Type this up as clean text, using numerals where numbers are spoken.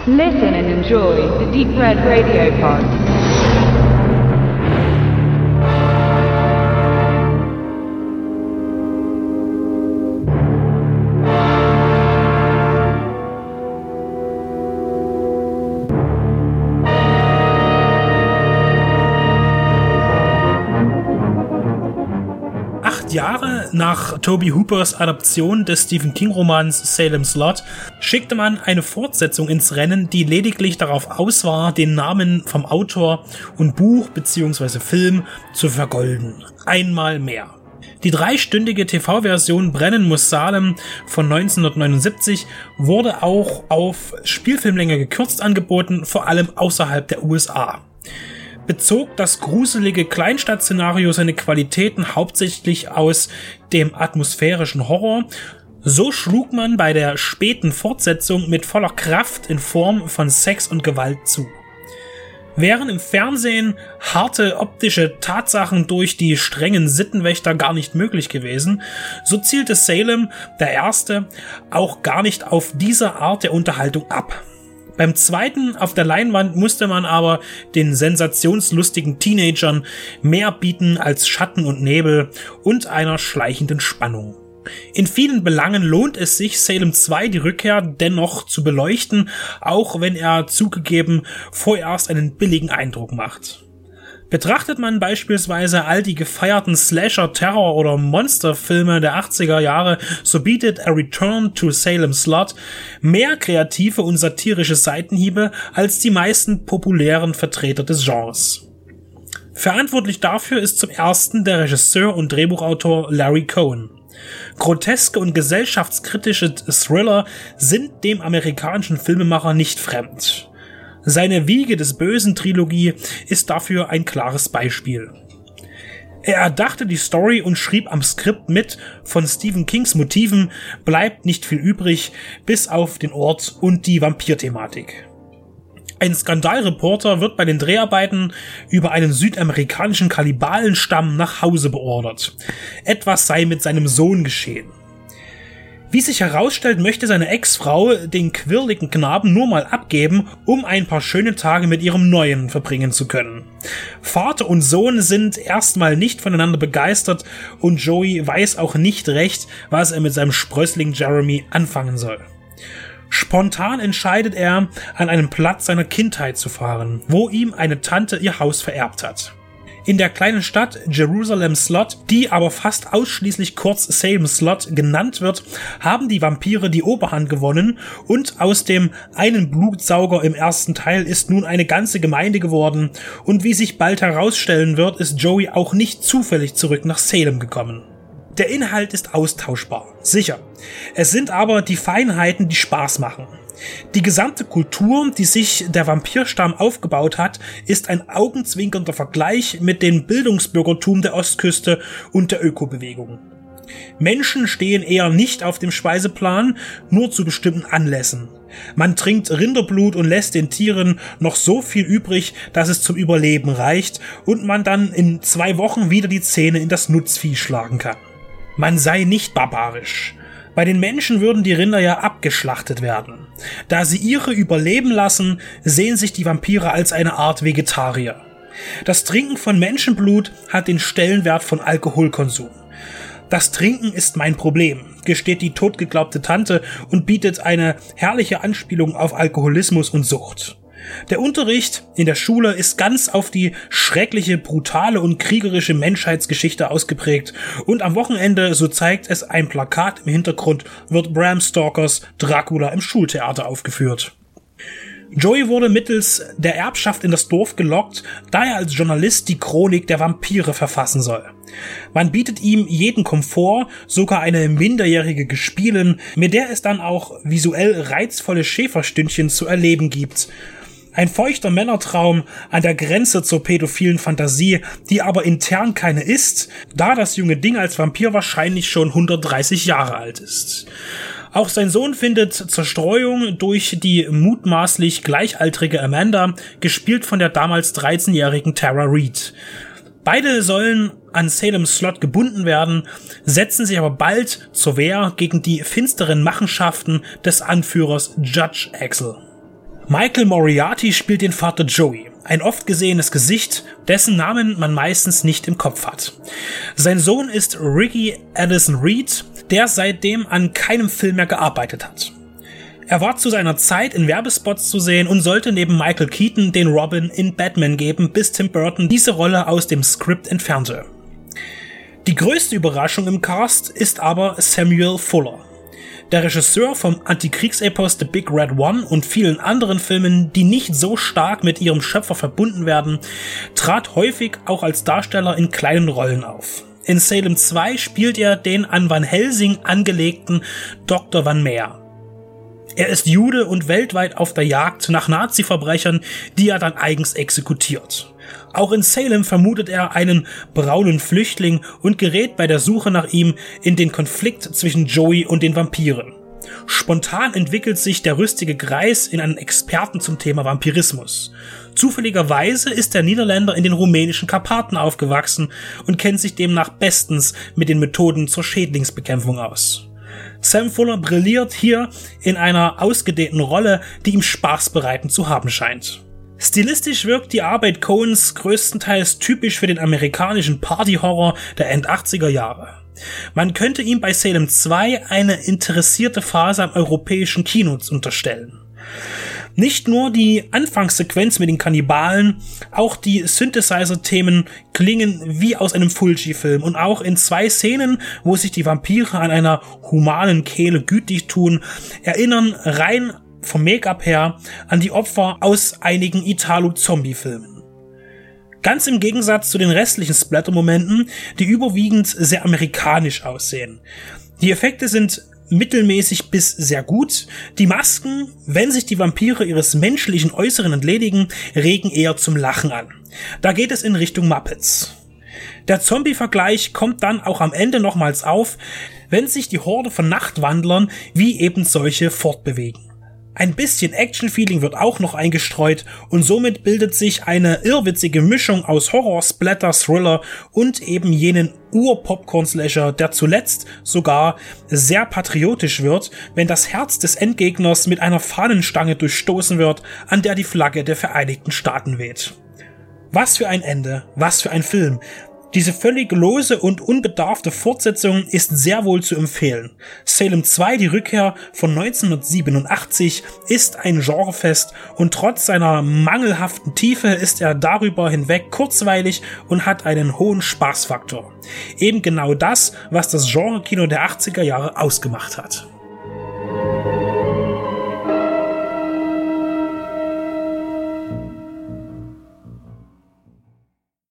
Listen and enjoy the Deep Red Radio Pod. Jahre nach Tobe Hoopers Adaption des Stephen King-Romans Salem's Lot schickte man eine Fortsetzung ins Rennen, die lediglich darauf aus war, den Namen vom Autor und Buch bzw. Film zu vergolden. Einmal mehr. Die 3-stündige TV-Version Brennen muss Salem von 1979 wurde auch auf Spielfilmlänge gekürzt angeboten, vor allem außerhalb der USA. Bezog das gruselige Kleinstadt-Szenario seine Qualitäten hauptsächlich aus dem atmosphärischen Horror, so schlug man bei der späten Fortsetzung mit voller Kraft in Form von Sex und Gewalt zu. Wären im Fernsehen harte optische Tatsachen durch die strengen Sittenwächter gar nicht möglich gewesen, so zielte Salem, der Erste, auch gar nicht auf diese Art der Unterhaltung ab. Beim zweiten auf der Leinwand musste man aber den sensationslustigen Teenagern mehr bieten als Schatten und Nebel und einer schleichenden Spannung. In vielen Belangen lohnt es sich, Salem 2 die Rückkehr dennoch zu beleuchten, auch wenn er zugegeben vorerst einen billigen Eindruck macht. Betrachtet man beispielsweise all die gefeierten Slasher-, Terror- oder Monsterfilme der 80er Jahre, so bietet A Return to Salem's Lot mehr kreative und satirische Seitenhiebe als die meisten populären Vertreter des Genres. Verantwortlich dafür ist zum ersten der Regisseur und Drehbuchautor Larry Cohen. Groteske und gesellschaftskritische Thriller sind dem amerikanischen Filmemacher nicht fremd. Seine Wiege des Bösen Trilogie ist dafür ein klares Beispiel. Er erdachte die Story und schrieb am Skript mit, von Stephen Kings Motiven bleibt nicht viel übrig, bis auf den Ort und die Vampirthematik. Ein Skandalreporter wird bei den Dreharbeiten über einen südamerikanischen Kannibalenstamm nach Hause beordert. Etwas sei mit seinem Sohn geschehen. Wie sich herausstellt, möchte seine Ex-Frau den quirligen Knaben nur mal abgeben, um ein paar schöne Tage mit ihrem Neuen verbringen zu können. Vater und Sohn sind erstmal nicht voneinander begeistert und Joey weiß auch nicht recht, was er mit seinem Sprössling Jeremy anfangen soll. Spontan entscheidet er, an einen Platz seiner Kindheit zu fahren, wo ihm eine Tante ihr Haus vererbt hat. In der kleinen Stadt Jerusalem's Lot, die aber fast ausschließlich kurz Salem's Lot genannt wird, haben die Vampire die Oberhand gewonnen und aus dem einen Blutsauger im ersten Teil ist nun eine ganze Gemeinde geworden und wie sich bald herausstellen wird, ist Joey auch nicht zufällig zurück nach Salem gekommen. Der Inhalt ist austauschbar, sicher. Es sind aber die Feinheiten, die Spaß machen. Die gesamte Kultur, die sich der Vampirstamm aufgebaut hat, ist ein augenzwinkernder Vergleich mit dem Bildungsbürgertum der Ostküste und der Ökobewegung. Menschen stehen eher nicht auf dem Speiseplan, nur zu bestimmten Anlässen. Man trinkt Rinderblut und lässt den Tieren noch so viel übrig, dass es zum Überleben reicht und man dann in 2 Wochen wieder die Zähne in das Nutzvieh schlagen kann. Man sei nicht barbarisch. Bei den Menschen würden die Rinder ja abgeschlachtet werden. Da sie ihre überleben lassen, sehen sich die Vampire als eine Art Vegetarier. Das Trinken von Menschenblut hat den Stellenwert von Alkoholkonsum. Das Trinken ist mein Problem, gesteht die totgeglaubte Tante und bietet eine herrliche Anspielung auf Alkoholismus und Sucht. Der Unterricht in der Schule ist ganz auf die schreckliche, brutale und kriegerische Menschheitsgeschichte ausgeprägt und am Wochenende, so zeigt es ein Plakat im Hintergrund, wird Bram Stokers Dracula im Schultheater aufgeführt. Joey wurde mittels der Erbschaft in das Dorf gelockt, da er als Journalist die Chronik der Vampire verfassen soll. Man bietet ihm jeden Komfort, sogar eine minderjährige Gespielin, mit der es dann auch visuell reizvolle Schäferstündchen zu erleben gibt. Ein feuchter Männertraum an der Grenze zur pädophilen Fantasie, die aber intern keine ist, da das junge Ding als Vampir wahrscheinlich schon 130 Jahre alt ist. Auch sein Sohn findet Zerstreuung durch die mutmaßlich gleichaltrige Amanda, gespielt von der damals 13-jährigen Tara Reid. Beide sollen an Salem's Lot gebunden werden, setzen sich aber bald zur Wehr gegen die finsteren Machenschaften des Anführers Judge Axel. Michael Moriarty spielt den Vater Joey, ein oft gesehenes Gesicht, dessen Namen man meistens nicht im Kopf hat. Sein Sohn ist Ricky Addison Reed, der seitdem an keinem Film mehr gearbeitet hat. Er war zu seiner Zeit in Werbespots zu sehen und sollte neben Michael Keaton den Robin in Batman geben, bis Tim Burton diese Rolle aus dem Skript entfernte. Die größte Überraschung im Cast ist aber Samuel Fuller. Der Regisseur vom Antikriegsepos The Big Red One und vielen anderen Filmen, die nicht so stark mit ihrem Schöpfer verbunden werden, trat häufig auch als Darsteller in kleinen Rollen auf. In Salem 2 spielt er den an Van Helsing angelegten Dr. Van Meer. Er ist Jude und weltweit auf der Jagd nach Nazi-Verbrechern, die er dann eigens exekutiert. Auch in Salem vermutet er einen braunen Flüchtling und gerät bei der Suche nach ihm in den Konflikt zwischen Joey und den Vampiren. Spontan entwickelt sich der rüstige Greis in einen Experten zum Thema Vampirismus. Zufälligerweise ist der Niederländer in den rumänischen Karpaten aufgewachsen und kennt sich demnach bestens mit den Methoden zur Schädlingsbekämpfung aus. Sam Fuller brilliert hier in einer ausgedehnten Rolle, die ihm Spaß bereiten zu haben scheint. Stilistisch wirkt die Arbeit Coens größtenteils typisch für den amerikanischen Party-Horror der End-80er Jahre. Man könnte ihm bei Salem 2 eine interessierte Phase am europäischen Kino unterstellen. Nicht nur die Anfangssequenz mit den Kannibalen, auch die Synthesizer-Themen klingen wie aus einem Fulci-Film und auch in 2 Szenen, wo sich die Vampire an einer humanen Kehle gütig tun, erinnern rein vom Make-up her an die Opfer aus einigen Italo-Zombie-Filmen. Ganz im Gegensatz zu den restlichen Splatter-Momenten, die überwiegend sehr amerikanisch aussehen. Die Effekte sind mittelmäßig bis sehr gut. Die Masken, wenn sich die Vampire ihres menschlichen Äußeren entledigen, regen eher zum Lachen an. Da geht es in Richtung Muppets. Der Zombie-Vergleich kommt dann auch am Ende nochmals auf, wenn sich die Horde von Nachtwandlern wie eben solche fortbewegen. Ein bisschen Action-Feeling wird auch noch eingestreut und somit bildet sich eine irrwitzige Mischung aus Horror, Splatter, Thriller und eben jenen Ur-Popcorn-Slasher, der zuletzt sogar sehr patriotisch wird, wenn das Herz des Endgegners mit einer Fahnenstange durchstoßen wird, an der die Flagge der Vereinigten Staaten weht. Was für ein Ende, was für ein Film. Diese völlig lose und unbedarfte Fortsetzung ist sehr wohl zu empfehlen. Salem 2, die Rückkehr von 1987, ist ein Genrefest und trotz seiner mangelhaften Tiefe ist er darüber hinweg kurzweilig und hat einen hohen Spaßfaktor. Eben genau das, was das Genre-Kino der 80er Jahre ausgemacht hat.